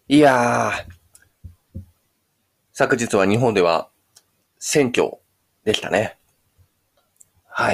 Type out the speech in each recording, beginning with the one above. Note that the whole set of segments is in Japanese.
いや昨日は日本では選挙でしたね。はい。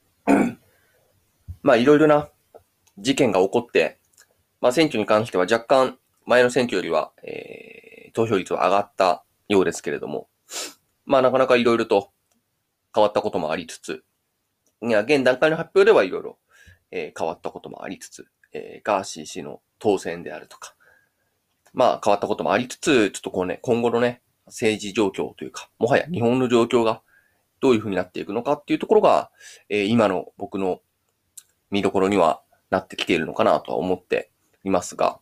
まあいろいろな事件が起こって、まあ選挙に関しては若干前の選挙よりは、投票率は上がったようですけれども、まあなかなかいろいろと変わったこともありつつ、いや、現段階の発表ではいろいろ、変わったこともありつつ、ガーシー氏の当選であるとか、まあ変わったこともありつつ、ちょっとこうね、今後のね、政治状況というか、もはや日本の状況がどういう風になっていくのかっていうところが、今の僕の見どころにはなってきているのかなとは思っていますが、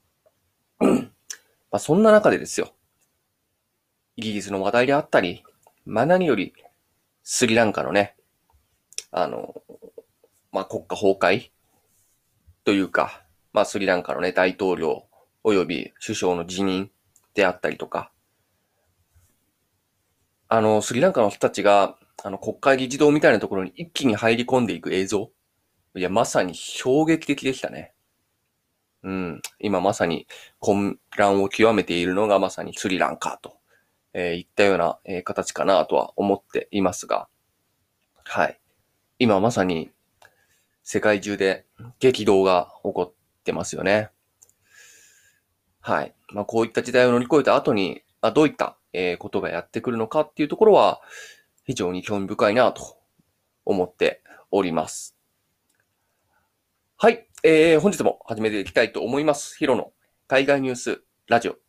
まあ、そんな中でですよ、イギリスの話題であったり、まあ、何よりスリランカのね、あの、まあ、国家崩壊というか、まあ、スリランカのね、大統領及び首相の辞任であったりとか、スリランカの人たちが、国会議事堂みたいなところに一気に入り込んでいく映像。いや、まさに衝撃的でしたね。うん。今まさに混乱を極めているのがまさにスリランカと、いったような、形かなとは思っていますが、はい。今まさに世界中で激動が起こってますよね。はい。まあ、こういった時代を乗り越えた後に、まあ、どういった、ことがやってくるのかっていうところは非常に興味深いなと思っております。はい。本日も始めていきたいと思います。ヒロの海外ニュースラジオ。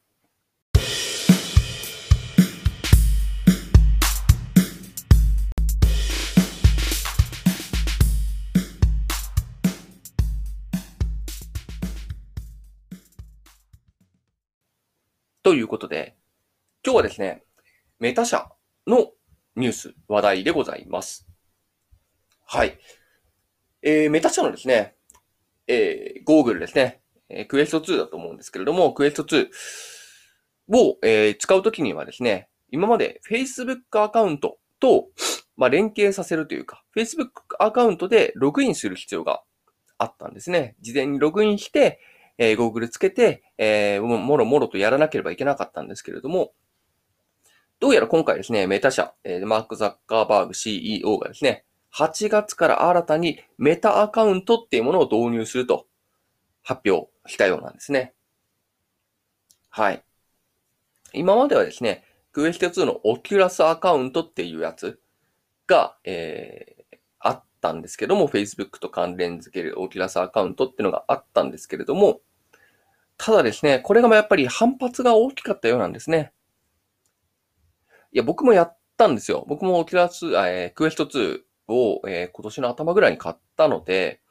ということで、今日はですね、メタ社のニュース、話題でございます。はい。メタ社のですね、ゴーグルですね、クエスト2だと思うんですけれども、クエスト2を、使うときにはですね、今まで Facebook アカウントと、まあ、連携させるというか、Facebook アカウントでログインする必要があったんですね。事前にログインして、Google つけて、もろもろとやらなければいけなかったんですけれども、どうやら今回ですね、メタ社、マーク・ザッカーバーグ CEO がですね、8月から新たにメタアカウントっていうものを導入すると発表したようなんですね。はい。今まではですね、クエスト2のオキュラスアカウントっていうやつが、あったんですけども、Facebook と関連付けるオキュラスアカウントっていうのがあったんですけれども、ただですね、これがやっぱり反発が大きかったようなんですね。いや、僕もやったんですよ。僕もオキュラス、クエスト2を、今年の頭ぐらいに買ったので、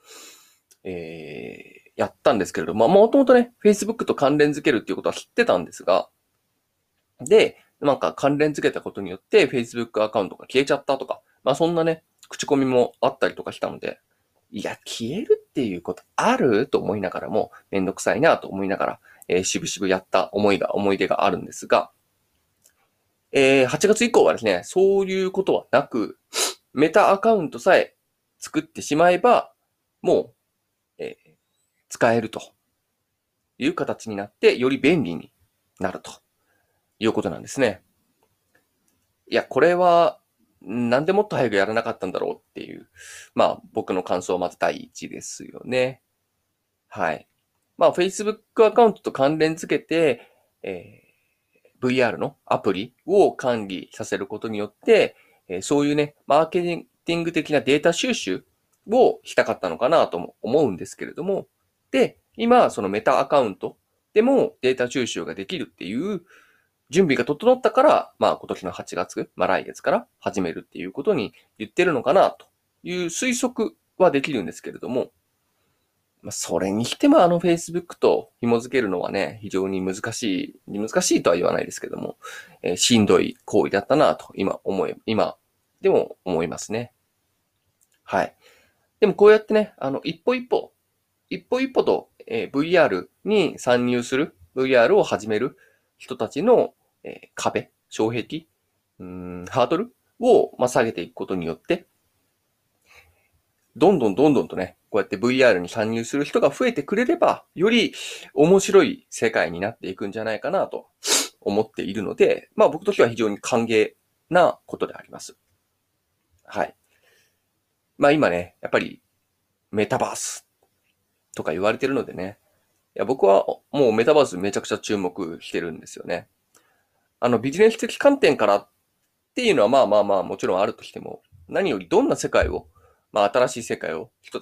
やったんですけれども、もともとね、Facebook と関連付けるっていうことは知ってたんですが、で、なんか関連付けたことによって Facebook アカウントが消えちゃったとか、まあそんなね、口コミもあったりとかしたので、いや、消えるっていうことあると思いながらも、めんどくさいなと思いながら、しぶしぶやった思い出があるんですが、8月以降はですね、そういうことはなく、メタアカウントさえ作ってしまえば、もう、使えるという形になって、より便利になるということなんですね。いや、これは、なんでもっと早くやらなかったんだろうっていう、まあ、僕の感想はまず第一ですよね。はい。まあ、Facebook アカウントと関連付けて、VR のアプリを管理させることによって、そういうね、マーケティング的なデータ収集をしたかったのかなとも思うんですけれども、で、今、そのメタアカウントでもデータ収集ができるっていう準備が整ったから、まあ今年の8月、まあ来月から始めるっていうことに言ってるのかなという推測はできるんですけれども、まあそれにしてもFacebook と紐付けるのはね、非常に難しいとは言わないですけども、しんどい行為だったなと今でも思いますね。はい。でもこうやってね、一歩一歩と、VR に参入する、VR を始める人たちの、障壁、ハードルを、まあ、下げていくことによって、 どんどんとね、こうやって VR に参入する人が増えてくれれば、より面白い世界になっていくんじゃないかなと思っているので、まあ僕としては非常に歓迎なことであります。はい。まあ今ね、やっぱりメタバースとか言われてるのでね、いや僕はもうメタバースめちゃくちゃ注目してるんですよね。ビジネス的観点からっていうのはまあもちろんあるとしても、何よりどんな世界を、まあ新しい世界を人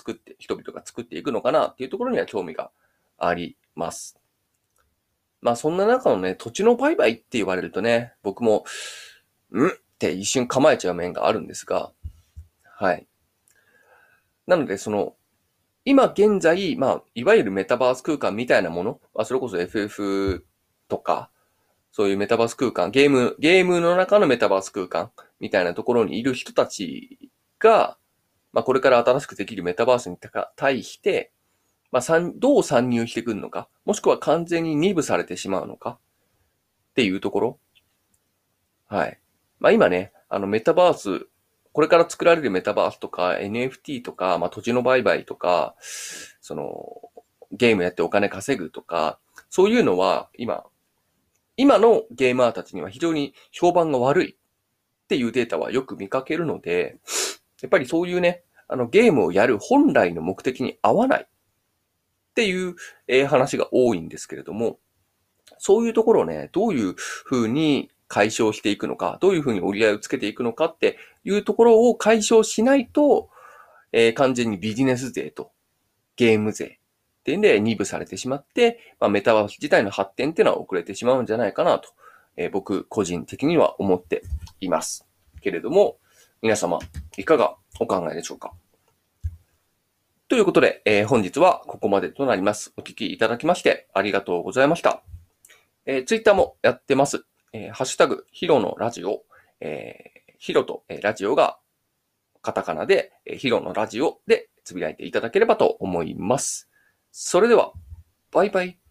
々が作っていくのかなっていうところには興味があります。まあそんな中のね、土地の売買って言われるとね、僕も、って一瞬構えちゃう面があるんですが、はい。なので今現在、まあ、いわゆるメタバース空間みたいなもの、それこそ FF とか、そういうメタバース空間、ゲームの中のメタバース空間みたいなところにいる人たちが、まあ、これから新しくできるメタバースに対して、まあ、どう参入してくるのか、もしくは完全に二分されてしまうのかっていうところ。はい。まあ、今ね、メタバース、これから作られるメタバースとか NFT とか、まあ、土地の売買とか、ゲームやってお金稼ぐとか、そういうのは今のゲーマーたちには非常に評判が悪いっていうデータはよく見かけるので、やっぱりそういうね、ゲームをやる本来の目的に合わないっていう、話が多いんですけれども、そういうところをね、どういうふうに解消していくのか、どういうふうに折り合いをつけていくのかっていうところを解消しないと、完全にビジネス税とゲーム税っていうんで二分されてしまって、まあ、メタバース自体の発展っていうのは遅れてしまうんじゃないかなと、僕個人的には思っています。けれども、皆様いかがお考えでしょうか。ということで、本日はここまでとなります。お聞きいただきましてありがとうございました。ツイッターもやってます。ハッシュタグ、ヒロのラジオ、ヒロと、ラジオがカタカナで、ヒロのラジオでつぶやいていただければと思います。それでは、バイバイ。